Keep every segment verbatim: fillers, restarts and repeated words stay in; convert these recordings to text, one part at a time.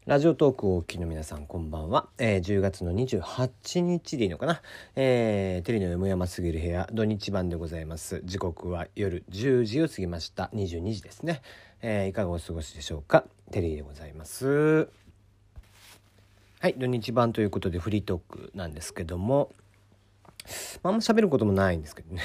ラジオトークをお聞きの皆さんこんばんは、えー、じゅうがつのにじゅうはちにちでいいのかな、えー、テリーのよもやますぎる部屋土日版でございます。時刻は夜じゅうじを過ぎました。にじゅうにじですね、えー、いかがお過ごしでしょうか。テリーでございます。はい、土日版ということでフリートークなんですけども、まあ、あんま喋ることもないんですけどね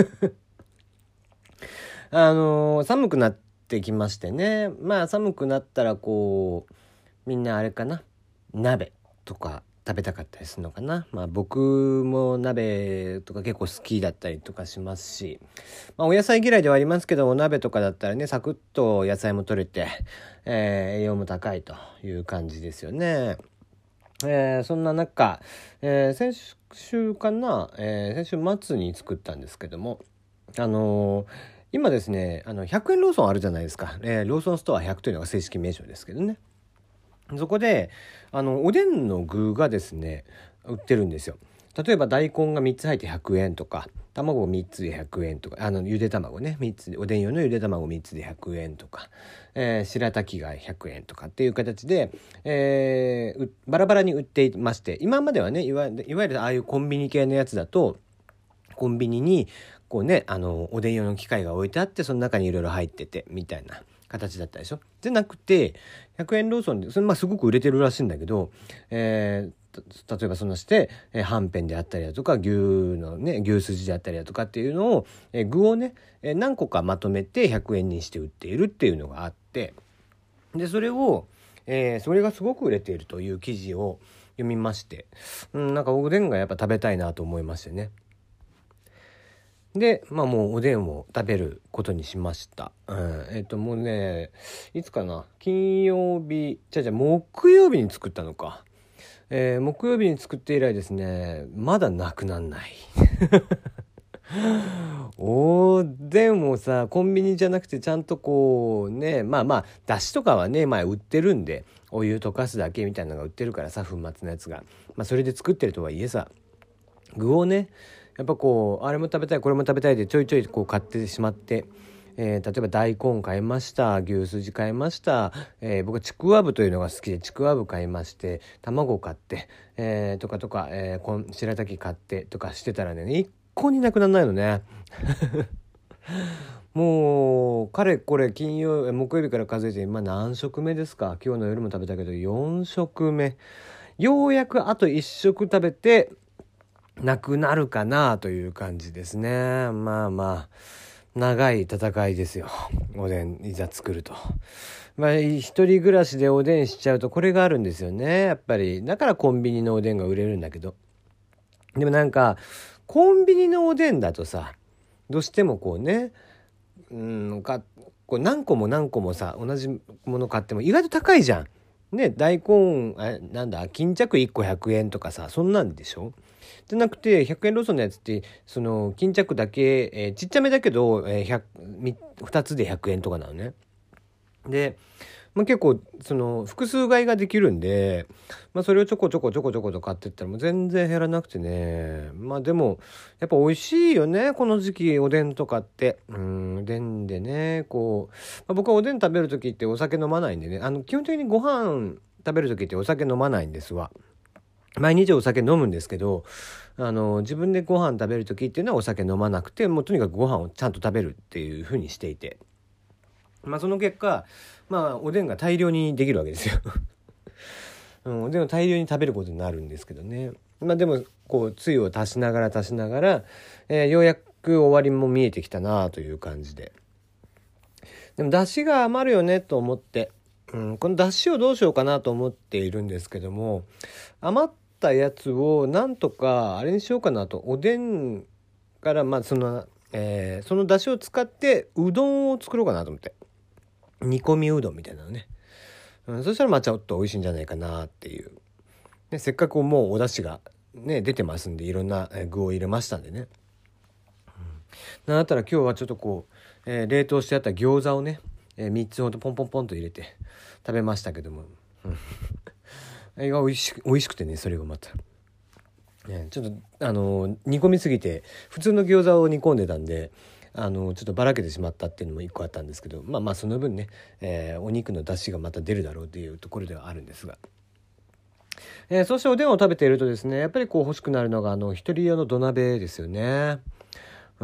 あのー、寒くなってきましてね。まあ寒くなったらこうみんなあれかな、鍋とか食べたかったりするのかな。まあ僕も鍋とか結構好きだったりとかしますし、まあ、お野菜嫌いではありますけど、お鍋とかだったらねサクッと野菜も取れて、えー、栄養も高いという感じですよね。えー、そんな中、えー、先週かな、えー、先週末に作ったんですけども、あのー今ですね、あのひゃくえんローソンあるじゃないですか、えー、ローソンストアひゃくというのが正式名称ですけどね。そこであのおでんの具がですね売ってるんですよ。例えば大根がみっつ入ってひゃくえんとか、卵みっつでひゃくえんとか、あのゆで卵ねみっつで、おでん用のゆで卵みっつでひゃくえんとか、えー、白滝がひゃくえんとかっていう形で、えー、バラバラに売っていまして、今まではねいわいわゆるああいうコンビニ系のやつだとコンビニにこうね、あのおでん用の機械が置いてあって、その中にいろいろ入っててみたいな形だったでしょ。じゃなくてひゃくえんローソンでそれ、まあ、すごく売れてるらしいんだけど、えー、例えばそんなして、えー、はんぺんであったりだとか牛のね牛すじであったりだとかっていうのを、えー、具をね、えー、何個かまとめてひゃくえんにして売っているっていうのがあって、でそれを、えー、それがすごく売れているという記事を読みまして、うん、なんかおでんがやっぱ食べたいなと思いましてね。でまあもうおでんを食べることにしました。うん、えっともうねいつかな、金曜日じゃじゃ木曜日に作ったのか、えー、木曜日に作って以来ですね、まだなくなんないおでんをさコンビニじゃなくてちゃんとこうね、まあまあだしとかはねまあ売ってるんで、お湯溶かすだけみたいなのが売ってるからさ、粉末のやつが、まあそれで作ってるとはいえさ、具をねやっぱこうあれも食べたいこれも食べたいでちょいちょいこう買ってしまって、えー、例えば大根買いました、牛すじ買いました、えー、僕はちくわぶというのが好きでちくわぶ買いまして、卵買って、えー、とかとか、えー、こん白滝買ってとかしてたらね一向になくならないのねもうかれこれ金曜木曜日から数えて今何食目ですか。今日の夜も食べたけどよん食目、ようやくあといっ食食べてなくなるかなという感じですね。まあまあ長い戦いですよ、おでんいざ作ると。まあ一人暮らしでおでんしちゃうとこれがあるんですよね、やっぱり。だからコンビニのおでんが売れるんだけど、でもなんかコンビニのおでんだとさ、どうしてもこうね、うんかこう何個も何個もさ同じもの買っても意外と高いじゃんね。大根あなんだ巾着いっこひゃくえんとかさ、そんなんでしょ。じゃなくてひゃくえんローソンのやつってその巾着だけ、えー、ちっちゃめだけど、えー、ふたつでひゃくえんとかなのね。で、まあ、結構その複数買いができるんで、まあ、それをちょこちょこちょこちょこと買ってったらもう全然減らなくてね。まあでもやっぱ美味しいよねこの時期おでんとかって。うんおでんでねこう、まあ、僕はおでん食べる時ってお酒飲まないんでね、あの基本的にご飯食べる時ってお酒飲まないんですわ。毎日お酒飲むんですけど、あの自分でご飯食べる時っていうのはお酒飲まなくて、もうとにかくご飯をちゃんと食べるっていう風にしていて、まあその結果まあおでんが大量にできるわけですよ、うん、おでんを大量に食べることになるんですけどね。まあでもこうつゆを足しながら足しながら、えー、ようやく終わりも見えてきたなという感じで。でも出汁が余るよねと思って、うん、この出汁をどうしようかなと思っているんですけども、余ったやつをなんとかあれにしようかなと、おでんからまあその、えー、その出汁を使ってうどんを作ろうかなと思って、煮込みうどんみたいなのね、うん、そしたらまあちょっと美味しいんじゃないかなっていう、ね、せっかくもうお出汁がね出てますんで、いろんな具を入れましたんでね、うん、なんだったら今日はちょっとこう、えー、冷凍してあった餃子をね、えー、みっつほどポンポンポンと入れて食べましたけども、うん美味しく美味しくてね、それがまた、ね、ちょっとあのー、煮込みすぎて普通の餃子を煮込んでたんで、 あのちょっとばらけてしまったっていうのも一個あったんですけど、まあまあその分ね、えー、お肉の出汁がまた出るだろうというところではあるんですが、えー、そしておでんを食べているとですね、やっぱりこう欲しくなるのがあの一人用の土鍋ですよね。うん、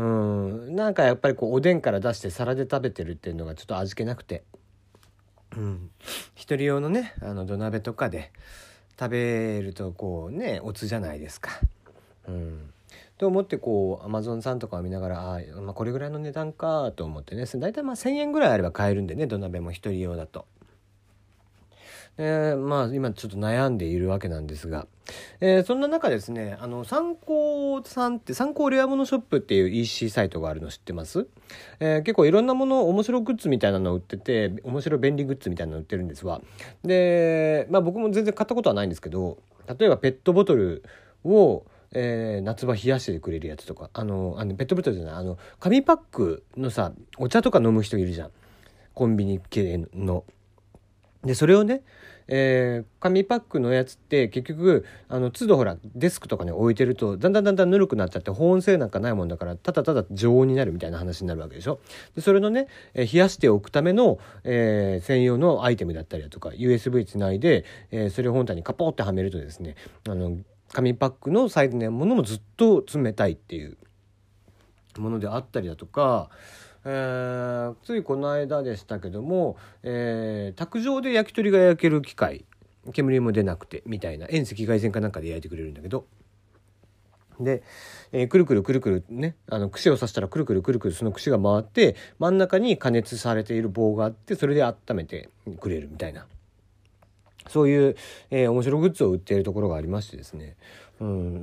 なんかやっぱりこうおでんから出して皿で食べてるっていうのがちょっと味気なくて、うん、一人用のねあの土鍋とかで食べるとこうねおつじゃないですか。うん、と思ってこうアマゾンさんとかを見ながら、あ、まあ、これぐらいの値段かと思ってね、だいたいまあせんえんぐらいあれば買えるんでね、土鍋も一人用だと。えー、まあ今ちょっと悩んでいるわけなんですが、えー、そんな中ですね、あの参考さんって参考レアモノショップっていう イーシー サイトがあるの知ってます？えー、結構いろんなもの面白グッズみたいなの売ってて、面白便利グッズみたいなの売ってるんですわ。で、まあ僕も全然買ったことはないんですけど、例えばペットボトルをえー、夏場冷やしてくれるやつとか、あのあのペットボトルじゃない、あの紙パックのさお茶とか飲む人いるじゃん、コンビニ系の。でそれをね、えー、紙パックのやつって結局あの都度ほらデスクとかに置いてるとだんだんだんだんぬるくなっちゃって保温性なんかないもんだからただただ常温になるみたいな話になるわけでしょ。でそれのね、えー、冷やしておくための、えー、専用のアイテムだったりだとか ユーエスビー つないで、えー、それを本体にカポーってはめるとですね、あの紙パックのサイズのものもずっと冷たいっていうものであったりだとか、えー、ついこの間でしたけども、えー、卓上で焼き鳥が焼ける機械、煙も出なくてみたいな、遠赤外線かなんかで焼いてくれるんだけど、で、えー、くるくるくるくるね、あの串を刺したらくるくるくるくるその串が回って真ん中に加熱されている棒があって、それで温めてくれるみたいな、そういう、えー、面白グッズを売っているところがありましてですね、うん、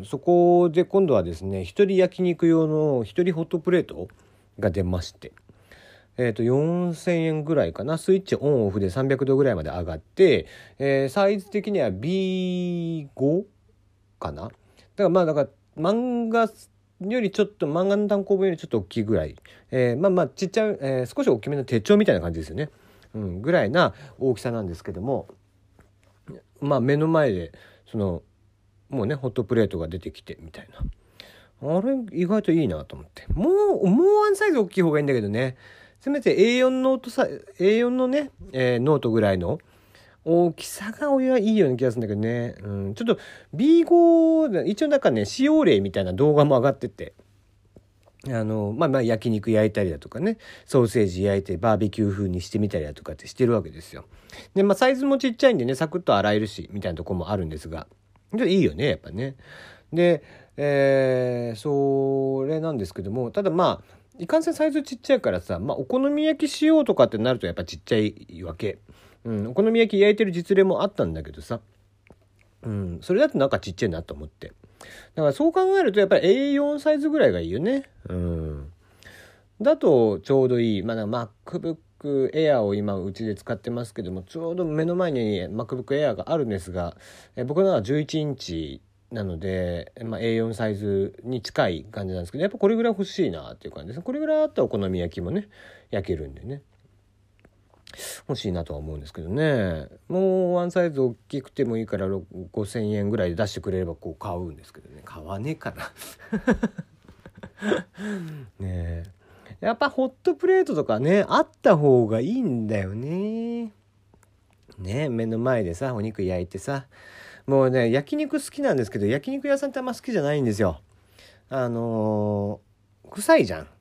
そこで今度はですね、一人焼肉用の一人ホットプレートが出まして、えー、とよんせんえんぐらいかな、スイッチオンオフでさんびゃくどぐらいまで上がって、えー、サイズ的には ビーファイブ かな。だからまあだから漫画よりちょっと漫画の単行本よりちょっと大きいぐらい、えー、まあまあちっちゃい、えー、少し大きめの手帳みたいな感じですよね、うん、ぐらいな大きさなんですけども、まあ目の前でそのもうねホットプレートが出てきてみたいな、あれ意外といいなと思って、もうもうワンサイズ大きい方がいいんだけどね、せめて エーよん ノートさ エーよん のね、えー、ノートぐらいの大きさが俺はいいような気がするんだけどね、うん、ちょっと ビーファイブ 一応なんかね使用例みたいな動画も上がってて、あのまあまあ焼肉焼いたりだとかね、ソーセージ焼いてバーベキュー風にしてみたりだとかってしてるわけですよ。でまあサイズもちっちゃいんでね、サクッと洗えるしみたいなところもあるんですが、ちょっといいよねやっぱね。で、えー、それなんですけども、ただまあいかんせんサイズちっちゃいからさ、まあお好み焼きしようとかってなるとやっぱちっちゃいわけ。うん、お好み焼き焼いてる実例もあったんだけどさ、うん、それだとなんかちっちゃいなと思って。だからそう考えるとやっぱり エーよん サイズぐらいがいいよね。うん。だとちょうどいい。まあ MacBook Air を今うちで使ってますけども、ちょうど目の前に MacBook Air があるんですが、え僕のはじゅういちインチなので、まあ、エーよん サイズに近い感じなんですけど、やっぱこれぐらい欲しいなっていう感じです。これぐらいあったらお好み焼きもね焼けるんでね、欲しいなとは思うんですけどね。もうワンサイズ大きくてもいいからごせんえんぐらいで出してくれればこう買うんですけどね、買わねえかなねえ、やっぱホットプレートとかねあった方がいいんだよね。ね、目の前でさお肉焼いてさ、もうね焼肉好きなんですけど、焼肉屋さんってあんま好きじゃないんですよ。あのー、臭いじゃん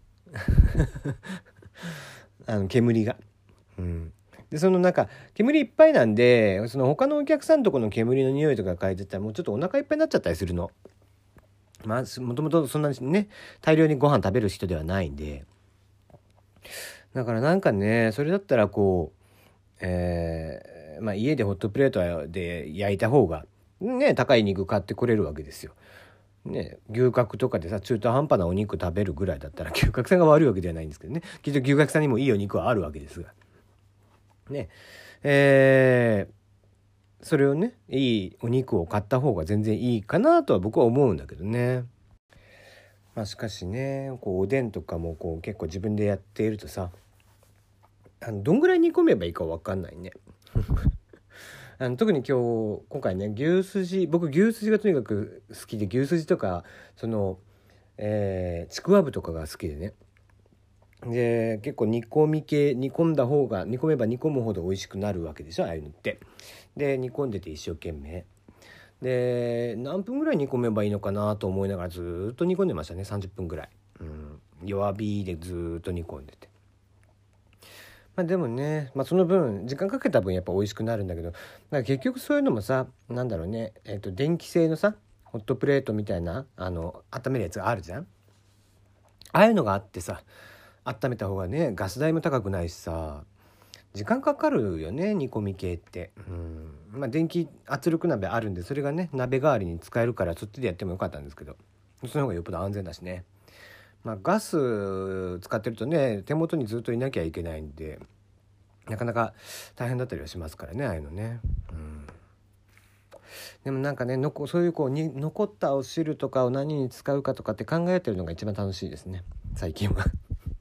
あの煙が、うん、でそのなんか煙いっぱいなんで、その他のお客さんとこの煙の匂いとか嗅いでたらもうちょっとお腹いっぱいになっちゃったりするの。まあもともとそんなにね大量にご飯食べる人ではないんで、だからなんかねそれだったらこう、えー、まあ家でホットプレートで焼いた方がね高い肉買ってくれるわけですよ。ね、牛角とかでさ中途半端なお肉食べるぐらいだったら牛角さんが悪いわけではないんですけどね、きっと牛角さんにもいいお肉はあるわけですがね、えー、それをねいいお肉を買った方が全然いいかなとは僕は思うんだけどね。まあしかしねこうおでんとかもこう結構自分でやっているとさ、あのどんぐらい煮込めばいいか分かんないねあの特に今日今回ね牛すじ、僕牛すじがとにかく好きで、牛すじとかその、えー、ちくわぶとかが好きでね、 で結構煮込み系煮込んだ方が煮込めば煮込むほど美味しくなるわけでしょ、ああいうのって。で煮込んでて一生懸命で何分ぐらい煮込めばいいのかなと思いながらずっと煮込んでましたね。さんじゅっぷんぐらい、うん、弱火でずっと煮込んでて、まあ、でもね、まあ、その分時間かけた分やっぱ美味しくなるんだけど、だから結局そういうのもさ、なんだろうね、えっと電気製のさホットプレートみたいなあの温めるやつがあるじゃん。ああいうのがあってさ、温めた方がねガス代も高くないしさ、時間かかるよね煮込み系って。うんまあ電気圧力鍋あるんで、それがね鍋代わりに使えるからそっちでやってもよかったんですけど、その方がよっぽど安全だしね。まあガス使ってるとね手元にずっといなきゃいけないんでなかなか大変だったりはしますからね、ああいうのね。うんでもなんかねのこそういうこうに残ったお汁とかを何に使うかとかって考えてるのが一番楽しいですね最近は。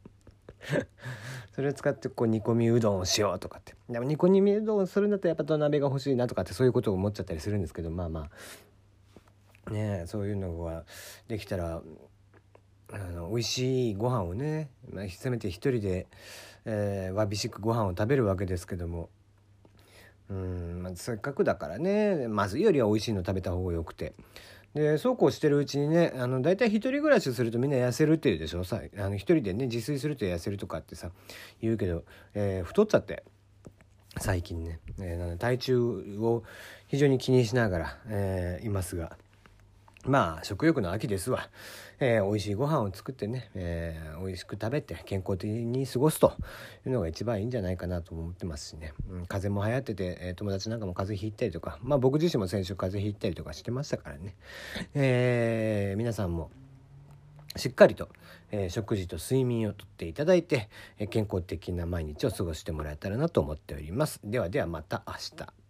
それを使ってこう煮込みうどんをしようとかって、でも煮込みうどんをするんだったらやっぱ土鍋が欲しいなとかってそういうことを思っちゃったりするんですけど、まあまあねそういうのができたらあの美味しいご飯をね、まあ、せめて一人で、えー、わびしくご飯を食べるわけですけども、うん、まあ、せっかくだからねまずいよりは美味しいの食べた方がよくて、でそうこうしてるうちにね、あのだいたい一人暮らしするとみんな痩せるっていうでしょさ、あの一人でね自炊すると痩せるとかってさ言うけど、えー、太っちゃって最近ね、えー、なので体重を非常に気にしながら、えー、いますが、まあ食欲の秋ですわ、えー、美味しいご飯を作ってね、えー、美味しく食べて健康的に過ごすというのが一番いいんじゃないかなと思ってますしね、うん、風邪も流行ってて、えー、友達なんかも風邪ひいたりとか、まあ僕自身も先週風邪ひいたりとかしてましたからね、えー、皆さんもしっかりと、えー、食事と睡眠をとっていただいて、えー、健康的な毎日を過ごしてもらえたらなと思っております。ではではまた明日。